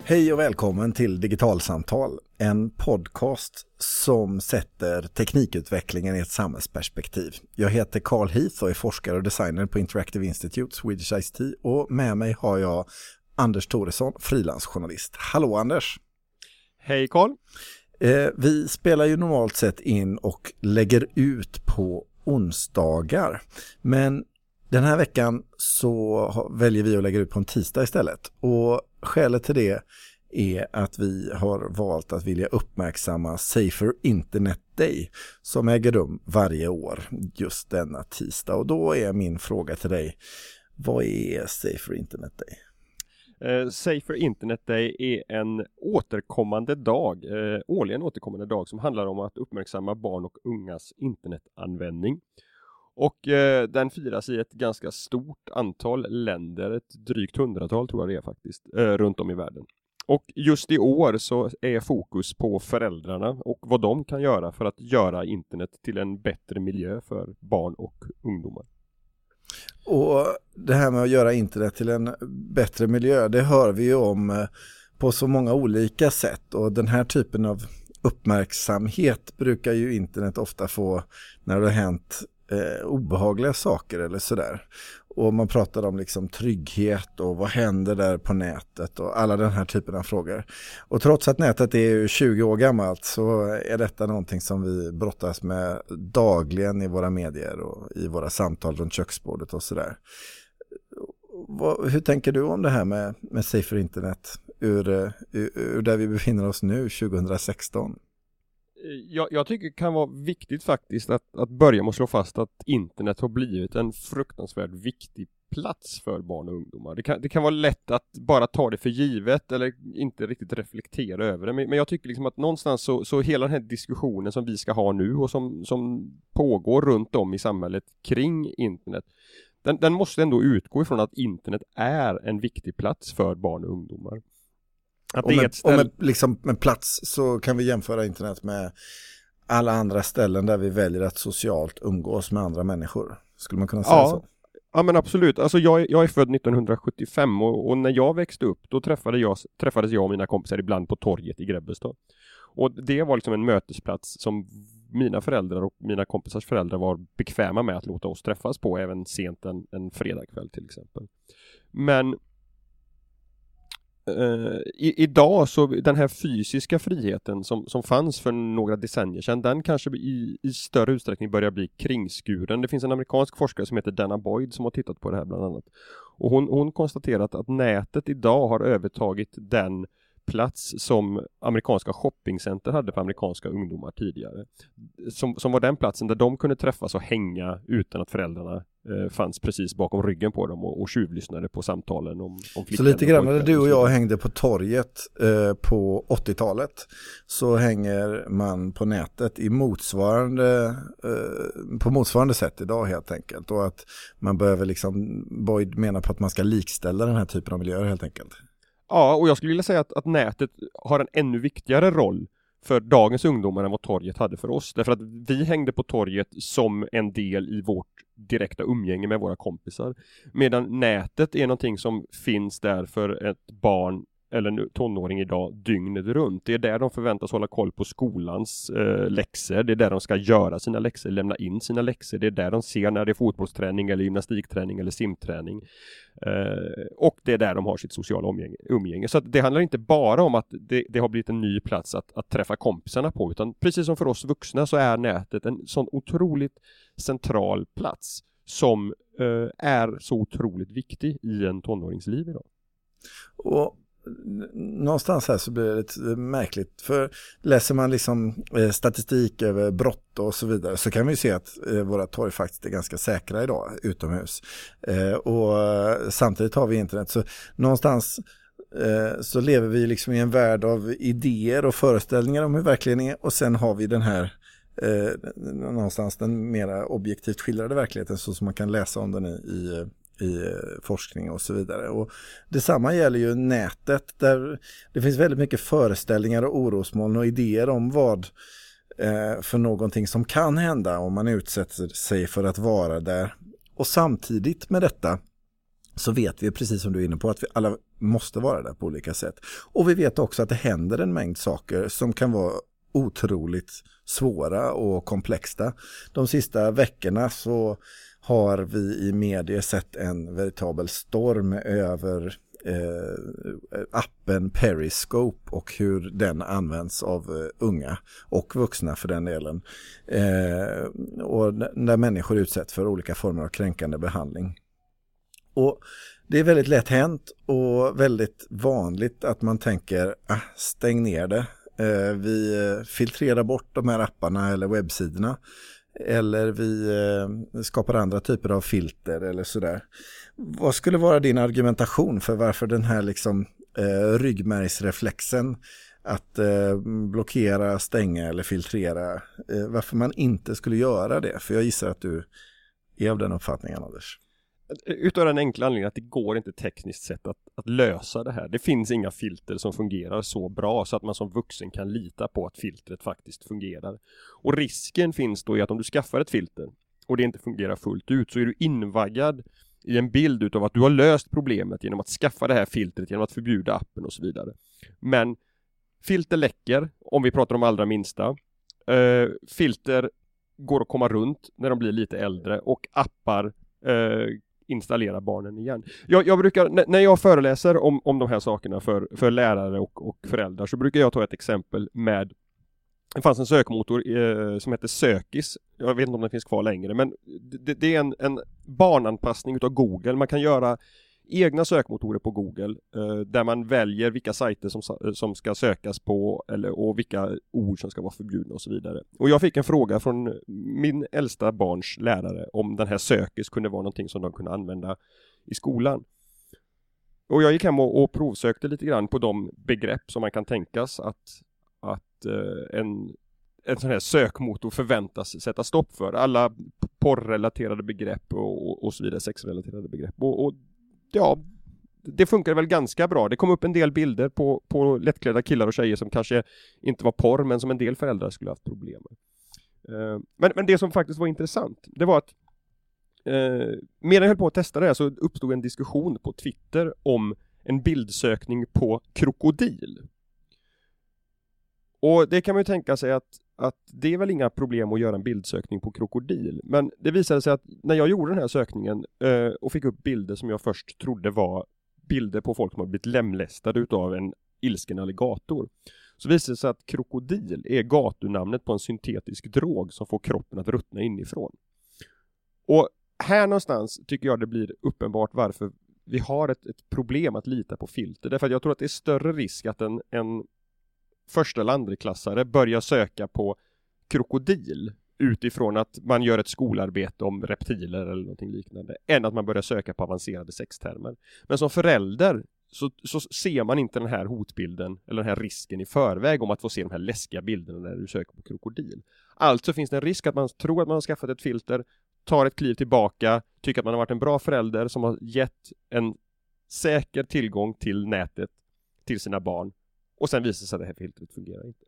Hej och välkommen till Digitalsamtal, en podcast som sätter teknikutvecklingen i ett samhällsperspektiv. Jag heter Carl Heath och är forskare och designer på Interactive Institute, Swedish ICT, och med mig har jag Anders Thoresson, frilansjournalist. Hallå Anders! Hej Carl! Vi spelar ju normalt sett in och lägger ut på onsdagar, men den här veckan så väljer vi att lägga ut på en tisdag istället. Och skälet till det är att vi har valt att vilja uppmärksamma Safer Internet Day som äger rum varje år just denna tisdag. Och då är min fråga till dig, vad är Safer Internet Day? Safer Internet Day är en återkommande dag, årligen återkommande dag som handlar om att uppmärksamma barn och ungas internetanvändning. Och den firas i ett ganska stort antal länder, ett drygt 100-tal tror jag det är faktiskt, runt om i världen. Och just i år så är fokus på föräldrarna och vad de kan göra för att göra internet till en bättre miljö för barn och ungdomar. Och det här med att göra internet till en bättre miljö, det hör vi ju om på så många olika sätt. Och den här typen av uppmärksamhet brukar ju internet ofta få när det har hänt obehagliga saker eller sådär. Och man pratar om liksom trygghet och vad händer där på nätet och alla den här typen av frågor. Och trots att nätet är 20 år gammalt så är detta någonting som vi brottas med dagligen i våra medier och i våra samtal runt köksbordet och sådär. Hur tänker du om det här med Safer Internet ur där vi befinner oss nu 2016? Jag tycker det kan vara viktigt faktiskt att börja med att slå fast att internet har blivit en fruktansvärt viktig plats för barn och ungdomar. Det kan vara lätt att bara ta det för givet eller inte riktigt reflektera över det. Men jag tycker liksom att någonstans så hela den här diskussionen som vi ska ha nu och som pågår runt om i samhället kring internet, den måste ändå utgå ifrån att internet är en viktig plats för barn och ungdomar. Med plats så kan vi jämföra internet med alla andra ställen där vi väljer att socialt umgås med andra människor. Skulle man kunna säga så? Ja, men absolut. Alltså jag är född 1975 och när jag växte upp då träffades jag och mina kompisar ibland på torget i Grebbestad. Och det var liksom en mötesplats som mina föräldrar och mina kompisars föräldrar var bekväma med att låta oss träffas på även sent en fredagkväll till exempel. Men idag så den här fysiska friheten som fanns för några decennier sedan, den kanske i större utsträckning börjar bli kringskuren. Det finns en amerikansk forskare som heter Dana Boyd som har tittat på det här bland annat. Och hon konstaterat att nätet idag har övertagit den plats som amerikanska shoppingcenter hade för amerikanska ungdomar tidigare. Som var den platsen där de kunde träffas och hänga utan att föräldrarna fanns precis bakom ryggen på dem och tjuvlyssnade på samtalen om så lite grann när du och jag hängde på torget på 80-talet så hänger man på nätet i på motsvarande sätt idag helt enkelt. Och att man behöver liksom, Boyd menar på att man ska likställa den här typen av miljöer helt enkelt. Ja, och jag skulle vilja säga att nätet har en ännu viktigare roll för dagens ungdomar än vad torget hade för oss. Därför att vi hängde på torget som en del i vårt direkta umgänge med våra kompisar. Medan nätet är någonting som finns där för ett barn eller en tonåring idag dygnet runt. Det är där de förväntas hålla koll på skolans läxor. Det är där de ska göra sina läxor, lämna in sina läxor. Det är där de ser när det är fotbollsträning eller gymnastikträning eller simträning. Och det är där de har sitt sociala umgänge. Så att det handlar inte bara om att det har blivit en ny plats att träffa kompisarna på. Utan precis som för oss vuxna så är nätet en sån otroligt central plats som är så otroligt viktig i en tonåringsliv idag. Och någonstans här så blir det lite märkligt, för läser man liksom statistik över brott och så vidare så kan vi se att våra torg faktiskt är ganska säkra idag utomhus, och samtidigt har vi internet, så någonstans så lever vi liksom i en värld av idéer och föreställningar om hur verkligen är, och sen har vi den här någonstans den mera objektivt skildrade verkligheten så som man kan läsa om den i forskning och så vidare. Och detsamma gäller ju nätet, där det finns väldigt mycket föreställningar och orosmoln och idéer om vad för någonting som kan hända om man utsätter sig för att vara där. Och samtidigt med detta så vet vi, precis som du är inne på, att vi alla måste vara där på olika sätt. Och vi vet också att det händer en mängd saker som kan vara otroligt svåra och komplexa. De sista veckorna så har vi i media sett en veritabel storm över appen Periscope och hur den används av unga och vuxna för den delen. Och när människor utsätts för olika former av kränkande behandling. Och det är väldigt lätt hänt och väldigt vanligt att man tänker, stäng ner det. Vi filtrerar bort de här apparna eller webbsidorna. Eller vi skapar andra typer av filter eller sådär. Vad skulle vara din argumentation för varför den här liksom ryggmärgsreflexen att blockera, stänga eller filtrera, varför man inte skulle göra det? För jag gissar att du är av den uppfattningen, Anders. Utav den enkla anledningen att det går inte tekniskt sett att lösa det här. Det finns inga filter som fungerar så bra så att man som vuxen kan lita på att filtret faktiskt fungerar. Och risken finns då i att om du skaffar ett filter och det inte fungerar fullt ut, så är du invaggad i en bild utav att du har löst problemet genom att skaffa det här filtret, genom att förbjuda appen och så vidare. Men filter läcker, om vi pratar om allra minsta. Filter går att komma runt när de blir lite äldre, och appar installera barnen igen. Jag brukar, när jag föreläser om de här sakerna för lärare och föräldrar, så brukar jag ta ett exempel med, det fanns en sökmotor som heter Sökis. Jag vet inte om den finns kvar längre, men det är en barnanpassning utav Google. Man kan göra egna sökmotorer på Google där man väljer vilka sajter som ska sökas på och vilka ord som ska vara förbjudna och så vidare. Och jag fick en fråga från min äldsta barns lärare om den här Sökis kunde vara någonting som de kunde använda i skolan. Och jag gick hem och provsökte lite grann på de begrepp som man kan tänkas att en sån här sökmotor förväntas sätta stopp för. Alla porrrelaterade begrepp och så vidare, sexrelaterade begrepp. Och ja, det funkar väl ganska bra. Det kom upp en del bilder på lättklädda killar och tjejer som kanske inte var porr, men som en del föräldrar skulle ha haft problem med. Men det som faktiskt var intressant, det var att medan jag höll på att testa det här så uppstod en diskussion på Twitter om en bildsökning på krokodil. Och det kan man ju tänka sig att det är väl inga problem att göra en bildsökning på krokodil. Men det visade sig att när jag gjorde den här sökningen och fick upp bilder som jag först trodde var bilder på folk som har blivit lemlästade utav en ilsken alligator, så visade det sig att krokodil är gatunamnet på en syntetisk drog som får kroppen att ruttna inifrån. Och här någonstans tycker jag det blir uppenbart varför vi har ett problem att lita på filter. Därför att jag tror att det är större risk att en första eller andreklassare börjar söka på krokodil utifrån att man gör ett skolarbete om reptiler eller någonting liknande, än att man börjar söka på avancerade sextermer. Men som förälder så ser man inte den här hotbilden eller den här risken i förväg om att få se de här läskiga bilderna när du söker på krokodil. Alltså finns det en risk att man tror att man har skaffat ett filter, tar ett kliv tillbaka, tycker att man har varit en bra förälder som har gett en säker tillgång till nätet till sina barn. Och sen visar sig att det här filtret fungerar inte.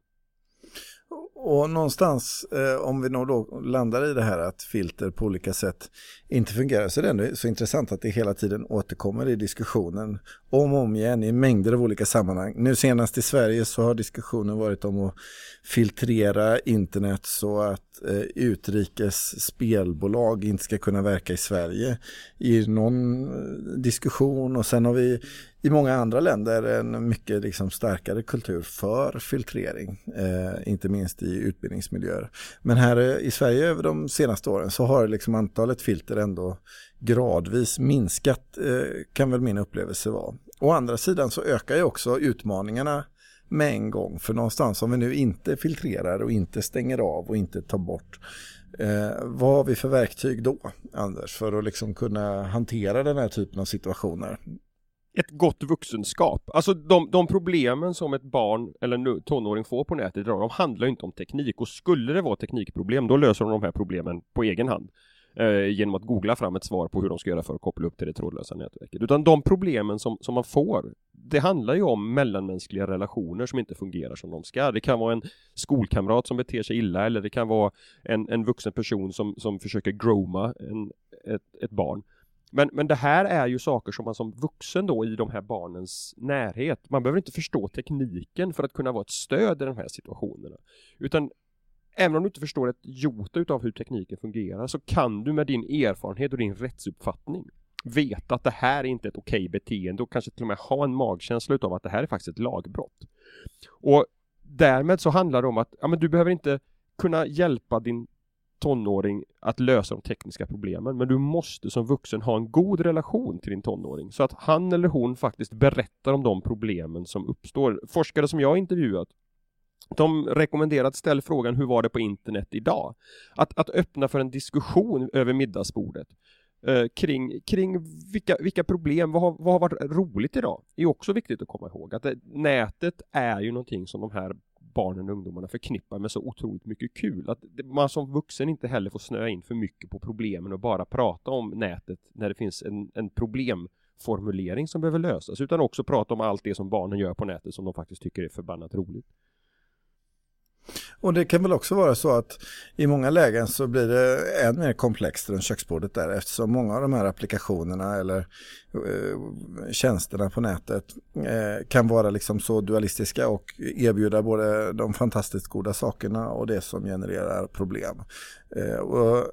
Och någonstans, om vi nog då landar i det här att filter på olika sätt inte fungerar, så är det ändå så intressant att det hela tiden återkommer i diskussionen om och om igen i mängder av olika sammanhang. Nu senast i Sverige så har diskussionen varit om att filtrera internet så att utrikes spelbolag inte ska kunna verka i Sverige i någon diskussion, och sen har vi i många andra länder en mycket liksom starkare kultur för filtrering, inte minst i utbildningsmiljöer. Men här i Sverige över de senaste åren så har liksom antalet filter ändå gradvis minskat, kan väl min upplevelse vara. Å andra sidan så ökar ju också utmaningarna med en gång, för någonstans om vi nu inte filtrerar och inte stänger av och inte tar bort, vad har vi för verktyg då, Anders, för att liksom kunna hantera den här typen av situationer? Ett gott vuxenskap. Alltså de problemen som ett barn eller tonåring får på nätet idag, de handlar inte om teknik. Och skulle det vara teknikproblem, då löser de här problemen på egen hand. Genom att googla fram ett svar på hur de ska göra för att koppla upp till det trådlösa nätverket. Utan de problemen som man får, det handlar ju om mellanmänskliga relationer som inte fungerar som de ska. Det kan vara en skolkamrat som beter sig illa, eller det kan vara en vuxen person som försöker groma ett barn. Men det här är ju saker som man som vuxen då i de här barnens närhet, man behöver inte förstå tekniken för att kunna vara ett stöd i de här situationerna. Utan även om du inte förstår ett jota utav hur tekniken fungerar, så kan du med din erfarenhet och din rättsuppfattning veta att det här är inte ett okej beteende och kanske till och med ha en magkänsla utav att det här är faktiskt ett lagbrott. Och därmed så handlar det om att men du behöver inte kunna hjälpa din tonåring att lösa de tekniska problemen, men du måste som vuxen ha en god relation till din tonåring så att han eller hon faktiskt berättar om de problemen som uppstår. Forskare som jag har intervjuat, de rekommenderar att ställa frågan hur var det på internet idag? Att öppna för en diskussion över middagsbordet kring vilka problem, vad har varit roligt idag? Det är också viktigt att komma ihåg att nätet är ju någonting som de här barnen och ungdomarna förknippar med så otroligt mycket kul. Att man som vuxen inte heller får snöa in för mycket på problemen och bara prata om nätet när det finns en problemformulering som behöver lösas, utan också prata om allt det som barnen gör på nätet som de faktiskt tycker är förbannat roligt. Och det kan väl också vara så att i många lägen så blir det än mer komplext än köksbordet där, eftersom många av de här applikationerna eller tjänsterna på nätet kan vara liksom så dualistiska och erbjuda både de fantastiskt goda sakerna och det som genererar problem. Och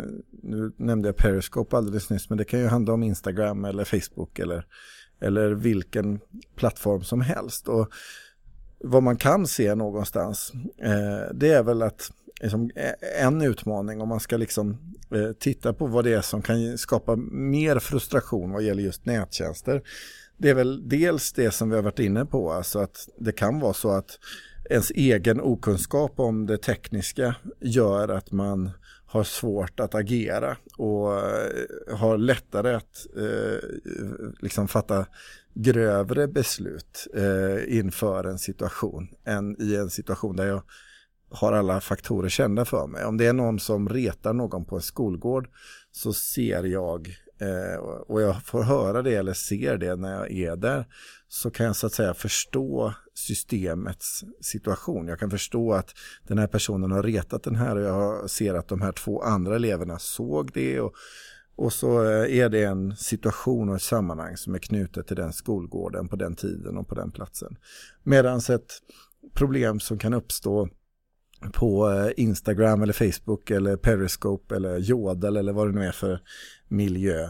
nu nämnde jag Periscope alldeles nyss, men det kan ju handla om Instagram eller Facebook eller vilken plattform som helst. Och vad man kan se någonstans, det är väl att liksom, en utmaning om man ska liksom, titta på vad det är som kan skapa mer frustration vad gäller just nättjänster. Det är väl dels det som vi har varit inne på, alltså att det kan vara så att ens egen okunskap om det tekniska gör att man har svårt att agera och har lättare att liksom fatta grövre beslut inför en situation än i en situation där jag har alla faktorer kända för mig. Om det är någon som retar någon på en skolgård så ser jag och jag får höra det eller ser det när jag är där, så kan jag så att säga förstå systemets situation. Jag kan förstå att den här personen har retat den här och jag ser att de här två andra eleverna såg det och så är det en situation och ett sammanhang som är knutet till den skolgården på den tiden och på den platsen. Medan ett problem som kan uppstå på Instagram eller Facebook eller Periscope eller Jodel eller vad det nu är för miljö,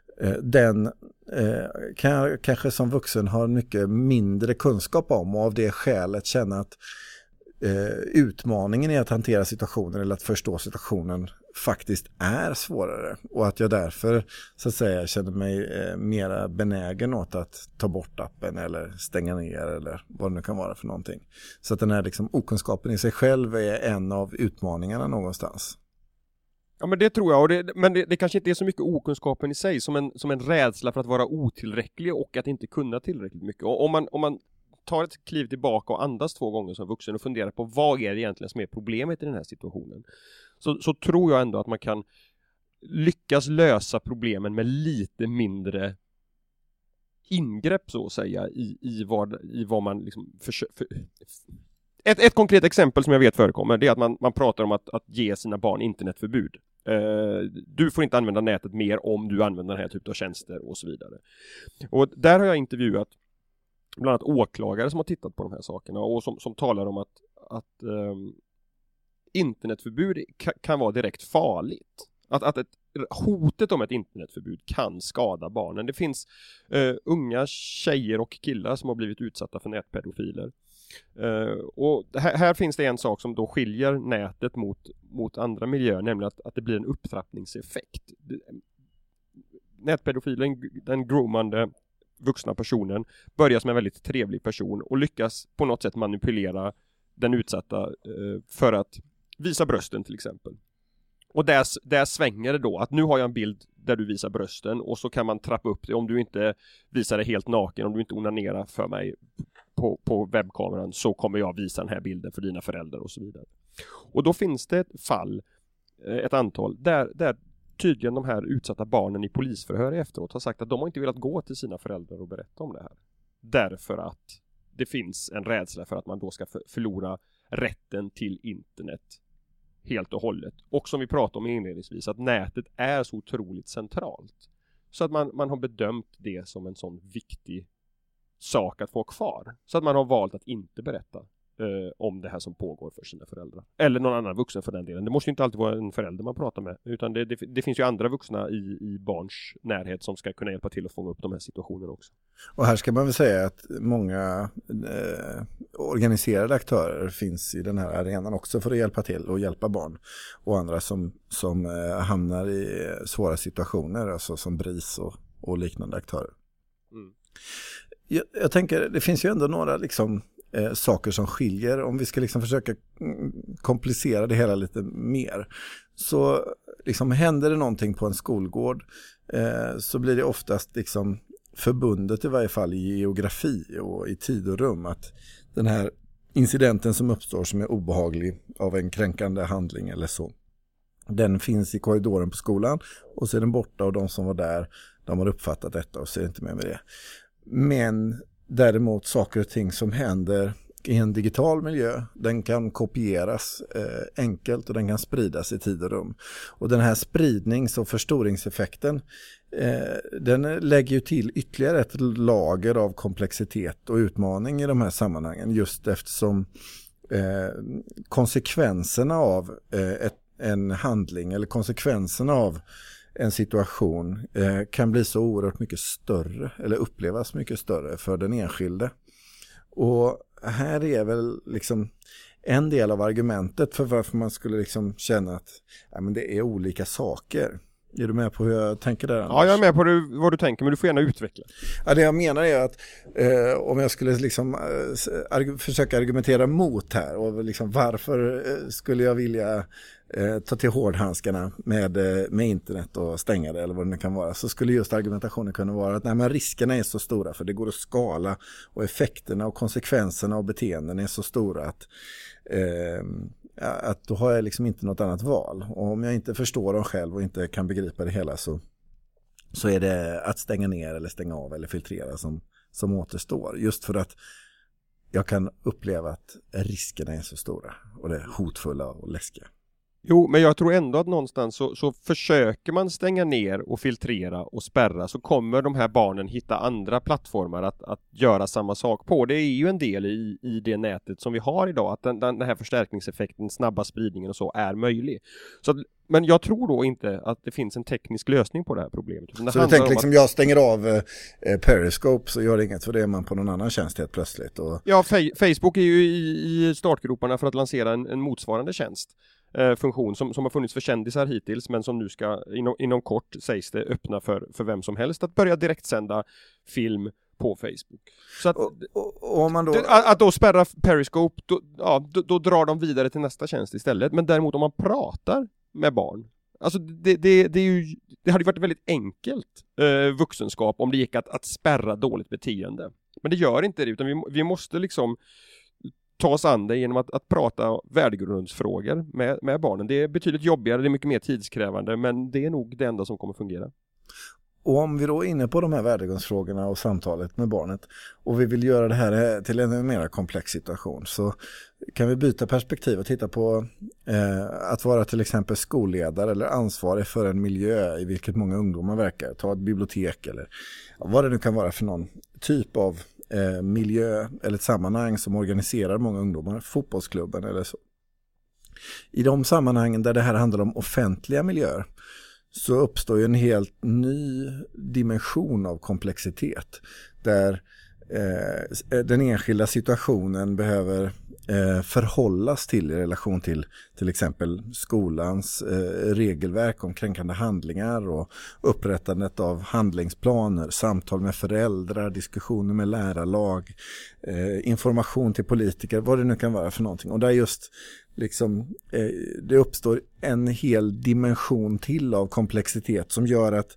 den kan jag kanske som vuxen ha mycket mindre kunskap om och av det skälet känna att utmaningen i att hantera situationen eller att förstå situationen faktiskt är svårare och att jag därför så att säga känner mig mera benägen åt att ta bort appen eller stänga ner eller vad det nu kan vara för någonting. Så att den här liksom okunskapen i sig själv är en av utmaningarna någonstans. Ja, men det tror jag, men det kanske inte är så mycket okunskapen i sig som en rädsla för att vara otillräcklig och att inte kunna tillräckligt mycket. Och om man tar ett kliv tillbaka och andas 2 gånger som vuxen och funderar på vad är det egentligen som är problemet i den här situationen, så tror jag ändå att man kan lyckas lösa problemen med lite mindre ingrepp så att säga i vad man liksom försöker. Ett konkret exempel som jag vet förekommer, det är att man pratar om att ge sina barn internetförbud. Du får inte använda nätet mer om du använder den här typen av tjänster och så vidare. Och där har jag intervjuat bland annat åklagare som har tittat på de här sakerna och som talar om att internetförbud kan vara direkt farligt. Att hotet om ett internetförbud kan skada barnen. Det finns unga tjejer och killar som har blivit utsatta för nätpedofiler. Och här finns det en sak som då skiljer nätet mot andra miljöer, nämligen att det blir en upptrappningseffekt. Nätpedofilen, den groomande vuxna personen, börjar som en väldigt trevlig person och lyckas på något sätt manipulera den utsatta för att visa brösten till exempel. Och där svänger det då att nu har jag en bild där du visar brösten och så kan man trappa upp det. Om du inte visar det helt naken, om du inte onanerar för mig på webbkameran, så kommer jag visa den här bilden för dina föräldrar och så vidare. Och då finns det ett antal där tydligen de här utsatta barnen i polisförhör efteråt har sagt att de har inte velat gå till sina föräldrar och berätta om det här. Därför att det finns en rädsla för att man då ska förlora rätten till internet helt och hållet. Och som vi pratade om inledningsvis, att nätet är så otroligt centralt. så att man har bedömt det som en sån viktig sak att få kvar. Så att man har valt att inte berätta om det här som pågår för sina föräldrar. Eller någon annan vuxen för den delen. Det måste ju inte alltid vara en förälder man pratar med. Utan det finns ju andra vuxna i barns närhet som ska kunna hjälpa till att fånga upp de här situationerna också. Och här ska man väl säga att många organiserade aktörer finns i den här arenan också för att hjälpa till och hjälpa barn. Och andra som hamnar i svåra situationer, alltså som BRIS och liknande aktörer. Mm. Jag tänker, det finns ju ändå några liksom saker som skiljer. Om vi ska liksom försöka komplicera det hela lite mer, så liksom händer det någonting på en skolgård, så blir det oftast liksom förbundet, i varje fall i geografi och i tid och rum, att den här incidenten som uppstår som är obehaglig av en kränkande handling eller så, den finns i korridoren på skolan och så är den borta, och de som var där, de har uppfattat detta och ser inte med det. Men däremot saker och ting som händer i en digital miljö, den kan kopieras enkelt och den kan spridas i tid och rum. Och den här spridnings- och förstoringseffekten, den lägger ju till ytterligare ett lager av komplexitet och utmaning i de här sammanhangen, just eftersom konsekvenserna av en handling eller konsekvenserna av en situation kan bli så oerhört mycket större, eller upplevas mycket större för den enskilde. Och här är väl liksom en del av argumentet för varför man skulle liksom känna att men det är olika saker. Är du med på hur jag tänker där, Anders? Ja, jag är med på vad du tänker, men du får gärna utveckla. Ja, det jag menar är att om jag skulle liksom försöka argumentera mot här, och liksom varför skulle jag vilja ta till hårdhandskarna med internet och stänga det eller vad det kan vara, så skulle just argumentationen kunna vara att men riskerna är så stora, för det går att skala, och effekterna och konsekvenserna av beteenden är så stora att då har jag liksom inte något annat val. Och om jag inte förstår dem själv och inte kan begripa det hela, så är det att stänga ner eller stänga av eller filtrera som återstår. Just för att jag kan uppleva att riskerna är så stora och det är hotfulla och läskiga. Jo, men jag tror ändå att någonstans så försöker man stänga ner och filtrera och spärra, så kommer de här barnen hitta andra plattformar att göra samma sak på. Det är ju en del i det nätet som vi har idag, att den här förstärkningseffekten, snabba spridningen och så är möjlig. Men jag tror då inte att det finns en teknisk lösning på det här problemet. Så du tänker liksom, jag stänger av Periscope så gör det inget, för det är man på någon annan tjänst helt plötsligt. Ja, Facebook är ju i startgroparna för att lansera en motsvarande tjänst. Funktion som har funnits för kändisar hittills, men som nu ska inom kort, sägs det, öppna för vem som helst att börja direktsända film på Facebook. Så att, och om man att då spärra Periscope, då drar de vidare till nästa tjänst istället. Men däremot om man pratar med barn, alltså det hade varit väldigt enkelt vuxenskap om det gick att spärra dåligt beteende. Men det gör inte det, utan vi måste liksom ta oss an det genom att prata värdegrundsfrågor med barnen. Det är betydligt jobbigare, det är mycket mer tidskrävande, men det är nog det enda som kommer fungera. Och om vi då är inne på de här värdegrundsfrågorna och samtalet med barnet, och vi vill göra det här till en mer komplex situation, så kan vi byta perspektiv och titta på att vara till exempel skolledare eller ansvarig för en miljö i vilket många ungdomar verkar. Ta ett bibliotek eller vad det nu kan vara för någon typ av miljö eller ett sammanhang som organiserar många ungdomar, fotbollsklubben eller så. I de sammanhangen där det här handlar om offentliga miljöer, så uppstår ju en helt ny dimension av komplexitet där den enskilda situationen behöver förhållas till i relation till exempel skolans regelverk om kränkande handlingar och upprättandet av handlingsplaner, samtal med föräldrar, diskussioner med lärarlag, information till politiker, vad det nu kan vara för någonting. Och där just liksom, det uppstår en hel dimension till av komplexitet som gör att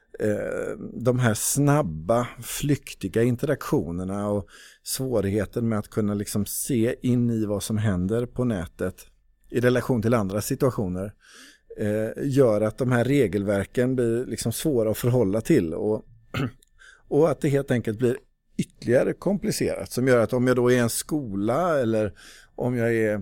de här snabba, flyktiga interaktionerna och svårigheten med att kunna liksom se in i vad som händer på nätet i relation till andra situationer gör att de här regelverken blir liksom svåra att förhålla till, och att det helt enkelt blir ytterligare komplicerat, som gör att om jag då är en skola eller om jag är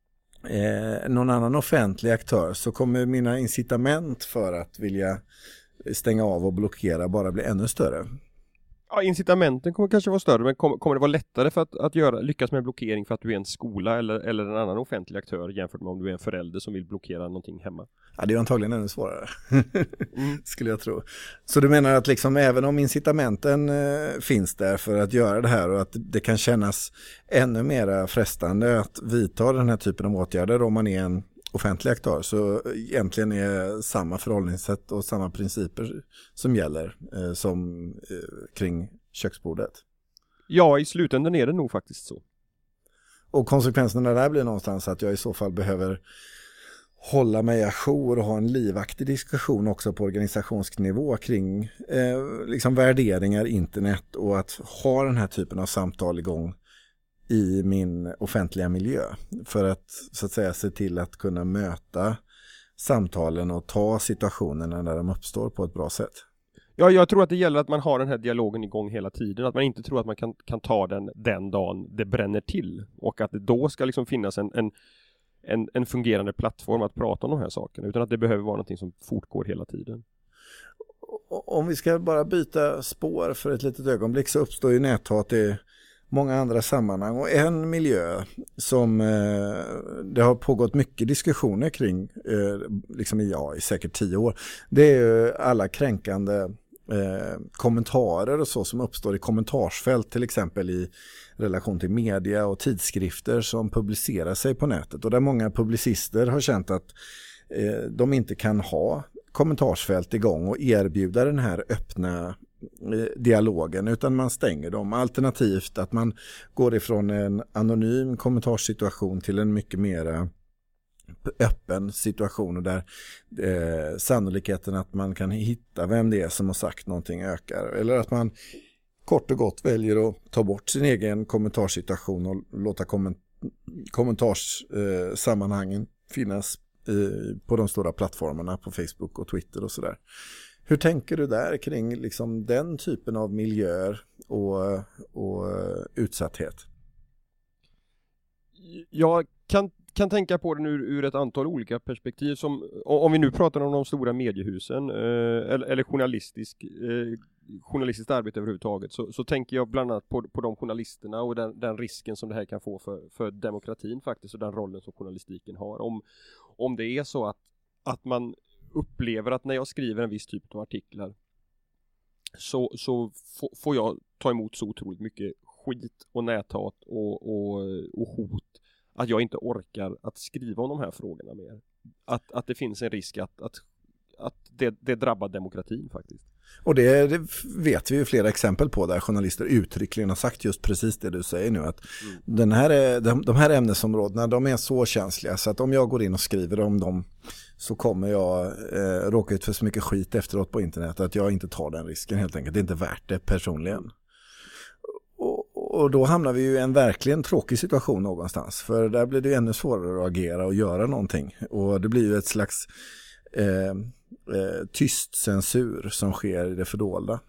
någon annan offentlig aktör, så kommer mina incitament för att vilja stänga av och blockera bara blir ännu större. Ja, incitamenten kommer kanske vara större, men kommer det vara lättare för att lyckas med blockering för att du är en skola eller en annan offentlig aktör jämfört med om du är en förälder som vill blockera någonting hemma? Ja, det är antagligen ännu svårare, skulle jag tro. Så du menar att liksom, även om incitamenten finns där för att göra det här och att det kan kännas ännu mer frestande att vidta den här typen av åtgärder om man är en offentlig aktör, så egentligen är samma förhållningssätt och samma principer som gäller som kring köksbordet. Ja, i slutändan är det nog faktiskt så. Och konsekvenserna där blir någonstans att jag i så fall behöver hålla mig ajour och ha en livaktig diskussion också på organisationsnivå kring liksom värderingar, internet, och att ha den här typen av samtal igång i min offentliga miljö för att så att säga se till att kunna möta samtalen och ta situationerna när de uppstår på ett bra sätt. Ja, jag tror att det gäller att man har den här dialogen igång hela tiden, att man inte tror att man kan ta den dagen det bränner till, och att det då ska liksom finnas en fungerande plattform att prata om de här sakerna, utan att det behöver vara någonting som fortgår hela tiden. Om vi ska bara byta spår för ett litet ögonblick, så uppstår ju näthat i många andra sammanhang, och en miljö som det har pågått mycket diskussioner kring liksom i säkert 10 år, det är ju alla kränkande kommentarer och så som uppstår i kommentarsfält, till exempel i relation till media och tidskrifter som publicerar sig på nätet, och där många publicister har känt att de inte kan ha kommentarsfält igång och erbjuda den här öppna dialogen, utan man stänger dem, alternativt att man går ifrån en anonym kommentarssituation till en mycket mer öppen situation, och där sannolikheten att man kan hitta vem det är som har sagt någonting ökar, eller att man kort och gott väljer att ta bort sin egen kommentarssituation och låta kommentarssammanhangen finnas på de stora plattformarna på Facebook och Twitter och sådär. Hur tänker du där kring liksom den typen av miljöer och utsatthet? Jag kan tänka på den ur ett antal olika perspektiv. Som, om vi nu pratar om de stora mediehusen eller journalistiskt arbete överhuvudtaget, så tänker jag bland annat på de journalisterna och den risken som det här kan få för demokratin faktiskt, och den rollen som journalistiken har. Om det är så att man upplever att när jag skriver en viss typ av artiklar så får jag ta emot så otroligt mycket skit och näthat och hot att jag inte orkar att skriva om de här frågorna mer. Att det finns en risk att det drabbar demokratin faktiskt. Och det vet vi ju flera exempel på där journalister uttryckligen har sagt just precis det du säger nu, att de här ämnesområdena, de är så känsliga så att om jag går in och skriver om dem så kommer jag råka ut för så mycket skit efteråt på internet att jag inte tar den risken helt enkelt. Det är inte värt det personligen. Och då hamnar vi ju i en verkligen tråkig situation någonstans, för där blir det ännu svårare att agera och göra någonting, och det blir ju ett slags tyst censur som sker i det fördolda.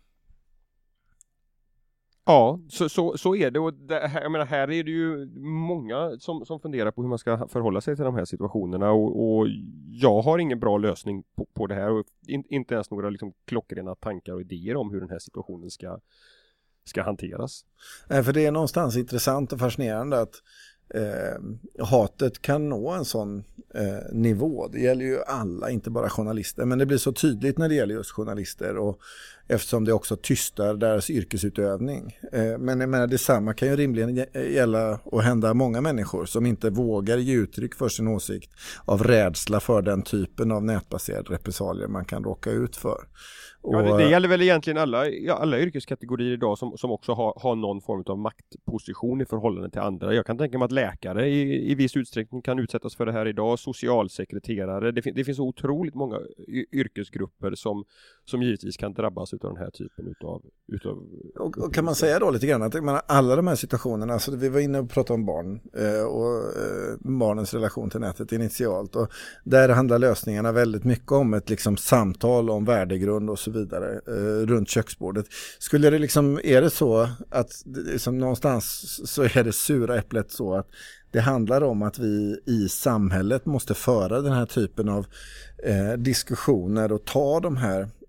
Ja, så är det, och jag menar, här är det ju många som funderar på hur man ska förhålla sig till de här situationerna, och jag har ingen bra lösning på det här, och inte ens några liksom klockrena tankar och idéer om hur den här situationen ska hanteras. Nej, för det är någonstans intressant och fascinerande att hatet kan nå en sån nivå. Det gäller ju alla, inte bara journalister, men det blir så tydligt när det gäller just journalister, och eftersom det också tystar deras yrkesutövning. Men jag menar, detsamma kan ju rimligen gälla och hända många människor som inte vågar ge uttryck för sin åsikt av rädsla för den typen av nätbaserade repressalier man kan råka ut för. Ja, det gäller väl egentligen alla yrkeskategorier idag som också har någon form av maktposition i förhållande till andra. Jag kan tänka mig att läkare i viss utsträckning kan utsättas för det här idag, socialsekreterare. Det finns otroligt många yrkesgrupper som givetvis kan drabbas av den här typen utav och kan man säga då lite grann att alla de här situationerna, alltså vi var inne och pratade om barn och barnens relation till nätet initialt, och där handlar lösningarna väldigt mycket om ett liksom samtal om värdegrund och så vidare runt köksbordet. Skulle det liksom, är det så att liksom någonstans så är det sura äpplet så att det handlar om att vi i samhället måste föra den här typen av diskussioner och ta de här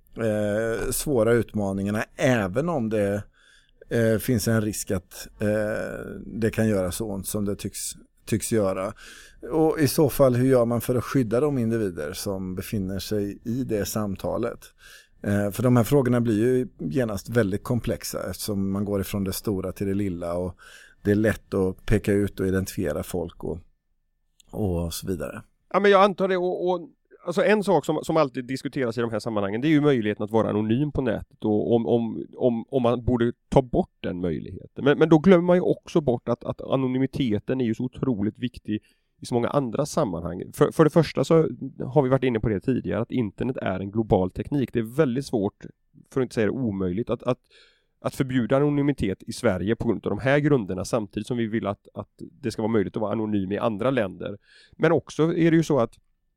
svåra utmaningarna, även om det finns en risk att det kan göra så som det tycks göra. Och i så fall, hur gör man för att skydda de individer som befinner sig i det samtalet? För de här frågorna blir ju genast väldigt komplexa, eftersom man går ifrån det stora till det lilla, och det är lätt att peka ut och identifiera folk och så vidare. Ja, men jag antar det, och alltså en sak som alltid diskuteras i de här sammanhangen, det är ju möjligheten att vara anonym på nätet, och om man borde ta bort den möjligheten. Men då glömmer man ju också bort att anonymiteten är ju så otroligt viktig i så många andra sammanhang. För det första så har vi varit inne på det tidigare, att internet är en global teknik. Det är väldigt svårt, för att inte säga det omöjligt, att förbjuda anonymitet i Sverige på grund av de här grunderna, samtidigt som vi vill att det ska vara möjligt att vara anonym i andra länder. Men också är det ju så att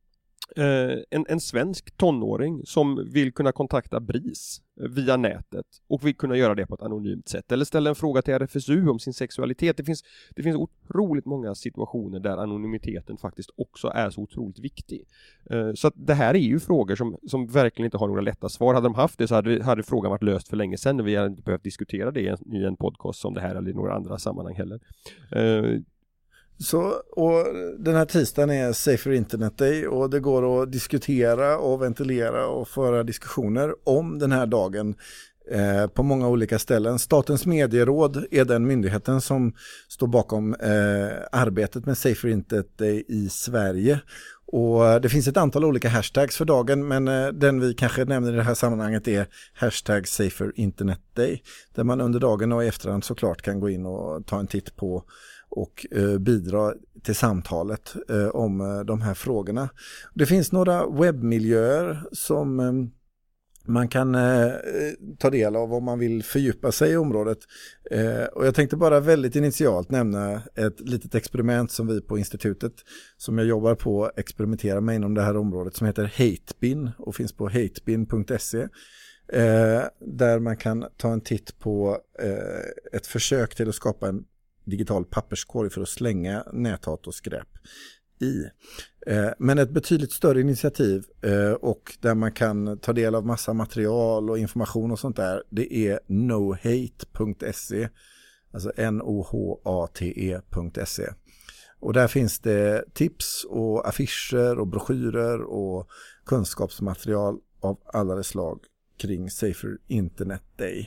en svensk tonåring som vill kunna kontakta BRIS via nätet och vill kunna göra det på ett anonymt sätt, eller ställa en fråga till RFSU om sin sexualitet. Det finns otroligt många situationer där anonymiteten faktiskt också är så otroligt viktig. Så att det här är ju frågor som verkligen inte har några lätta svar. Hade de haft det så hade frågan varit löst för länge sedan, och vi hade inte behövt diskutera det i en podcast som det här eller i några andra sammanhang heller. Så, och den här tisdagen är Safer Internet Day, och det går att diskutera och ventilera och föra diskussioner om den här dagen på många olika ställen. Statens medieråd är den myndigheten som står bakom arbetet med Safer Internet Day i Sverige. Och det finns ett antal olika hashtags för dagen, men den vi kanske nämner i det här sammanhanget är hashtag Safer Internet Day, där man under dagen och i efterhand såklart kan gå in och ta en titt på och bidra till samtalet om de här frågorna. Det finns några webbmiljöer som man kan ta del av om man vill fördjupa sig i området. Och jag tänkte bara väldigt initialt nämna ett litet experiment som vi på institutet, som jag jobbar på, experimenterar med inom det här området, som heter Hatebin och finns på hatebin.se. Där man kan ta en titt på ett försök till att skapa en digital papperskorg för att slänga näthat och skräp i. Men ett betydligt större initiativ och där man kan ta del av massa material och information och sånt där, det är nohate.se, alltså nohate.se. Och där finns det tips och affischer och broschyrer och kunskapsmaterial av alla slag kring Safer Internet Day.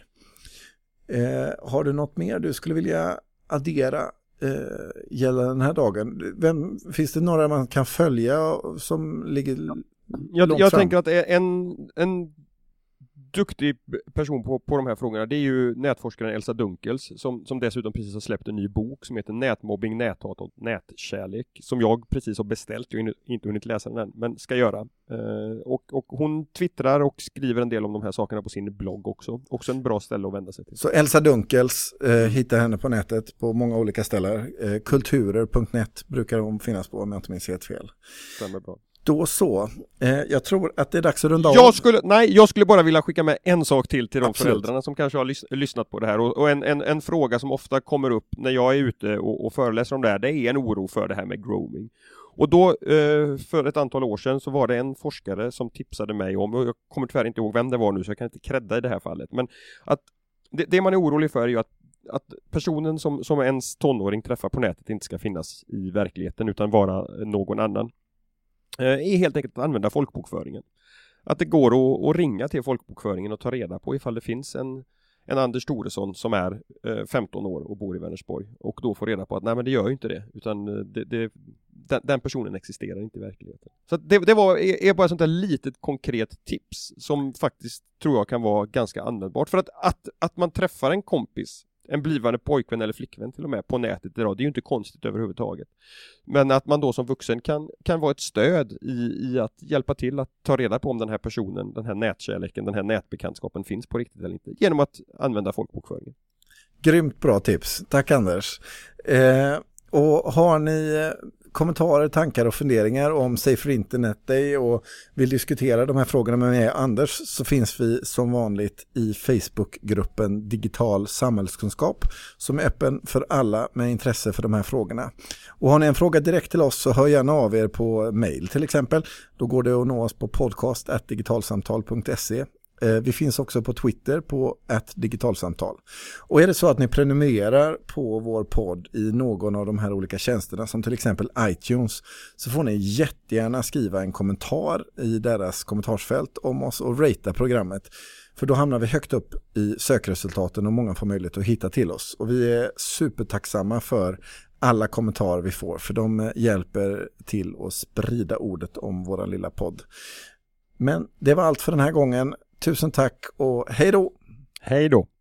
Har du något mer du skulle vilja addera gällande den här dagen? Finns det några man kan följa som ligger långt jag fram? tänker att en duktig person på de här frågorna, det är ju nätforskaren Elsa Dunkels, som dessutom precis har släppt en ny bok som heter Nätmobbing, näthat och nätkärlek, som jag precis har beställt. Jag har inte hunnit läsa den än, men ska göra. Och hon twittrar och skriver en del om de här sakerna på sin blogg också. Också en bra ställe att vända sig till. Så Elsa Dunkels, hittar henne på nätet på många olika ställen. Kulturer.net brukar hon finnas på, om jag inte minns helt fel. Stämmer bra. Då så. Jag tror att det är dags att runda av. Jag skulle bara vilja skicka med en sak till de Absolut. Föräldrarna som kanske har lyssnat på det här. Och en fråga som ofta kommer upp när jag är ute och föreläser om det här, det är en oro för det här med grooming. Och då för ett antal år sedan så var det en forskare som tipsade mig om, och jag kommer tyvärr inte ihåg vem det var nu så jag kan inte credda i det här fallet, men att det man är orolig för är ju att personen som ens tonåring träffar på nätet inte ska finnas i verkligheten utan vara någon annan. Är helt enkelt att använda folkbokföringen. Att det går att ringa till folkbokföringen och ta reda på ifall det finns en Anders Thoresson som är 15 år och bor i Vänersborg, och då får reda på att nej, men det gör ju inte det, utan den personen existerar inte i verkligheten. Så det är bara ett sånt där litet konkret tips som faktiskt tror jag kan vara ganska användbart, för att man träffar en kompis, en blivande pojkvän eller flickvän till och med på nätet idag, det är ju inte konstigt överhuvudtaget. Men att man då som vuxen kan vara ett stöd i att hjälpa till att ta reda på om den här personen, den här nätkärleken, den här nätbekantskapen finns på riktigt eller inte, genom att använda folkbokföringen. Grymt bra tips. Tack Anders. Och har ni kommentarer, tankar och funderingar om Safer Internet Day och vill diskutera de här frågorna med mig och Anders, så finns vi som vanligt i Facebookgruppen Digital Samhällskunskap, som är öppen för alla med intresse för de här frågorna. Och har ni en fråga direkt till oss så hör gärna av er på mail till exempel. Då går det att nå oss på podcast@digitalsamtal.se Vi finns också på Twitter på @digitalsamtal. Och är det så att ni prenumererar på vår podd i någon av de här olika tjänsterna, som till exempel iTunes, så får ni jättegärna skriva en kommentar i deras kommentarsfält om oss och ratea programmet. För då hamnar vi högt upp i sökresultaten och många får möjlighet att hitta till oss. Och vi är supertacksamma för alla kommentarer vi får, för de hjälper till att sprida ordet om våra lilla podd. Men det var allt för den här gången. Tusen tack och hej då! Hej då!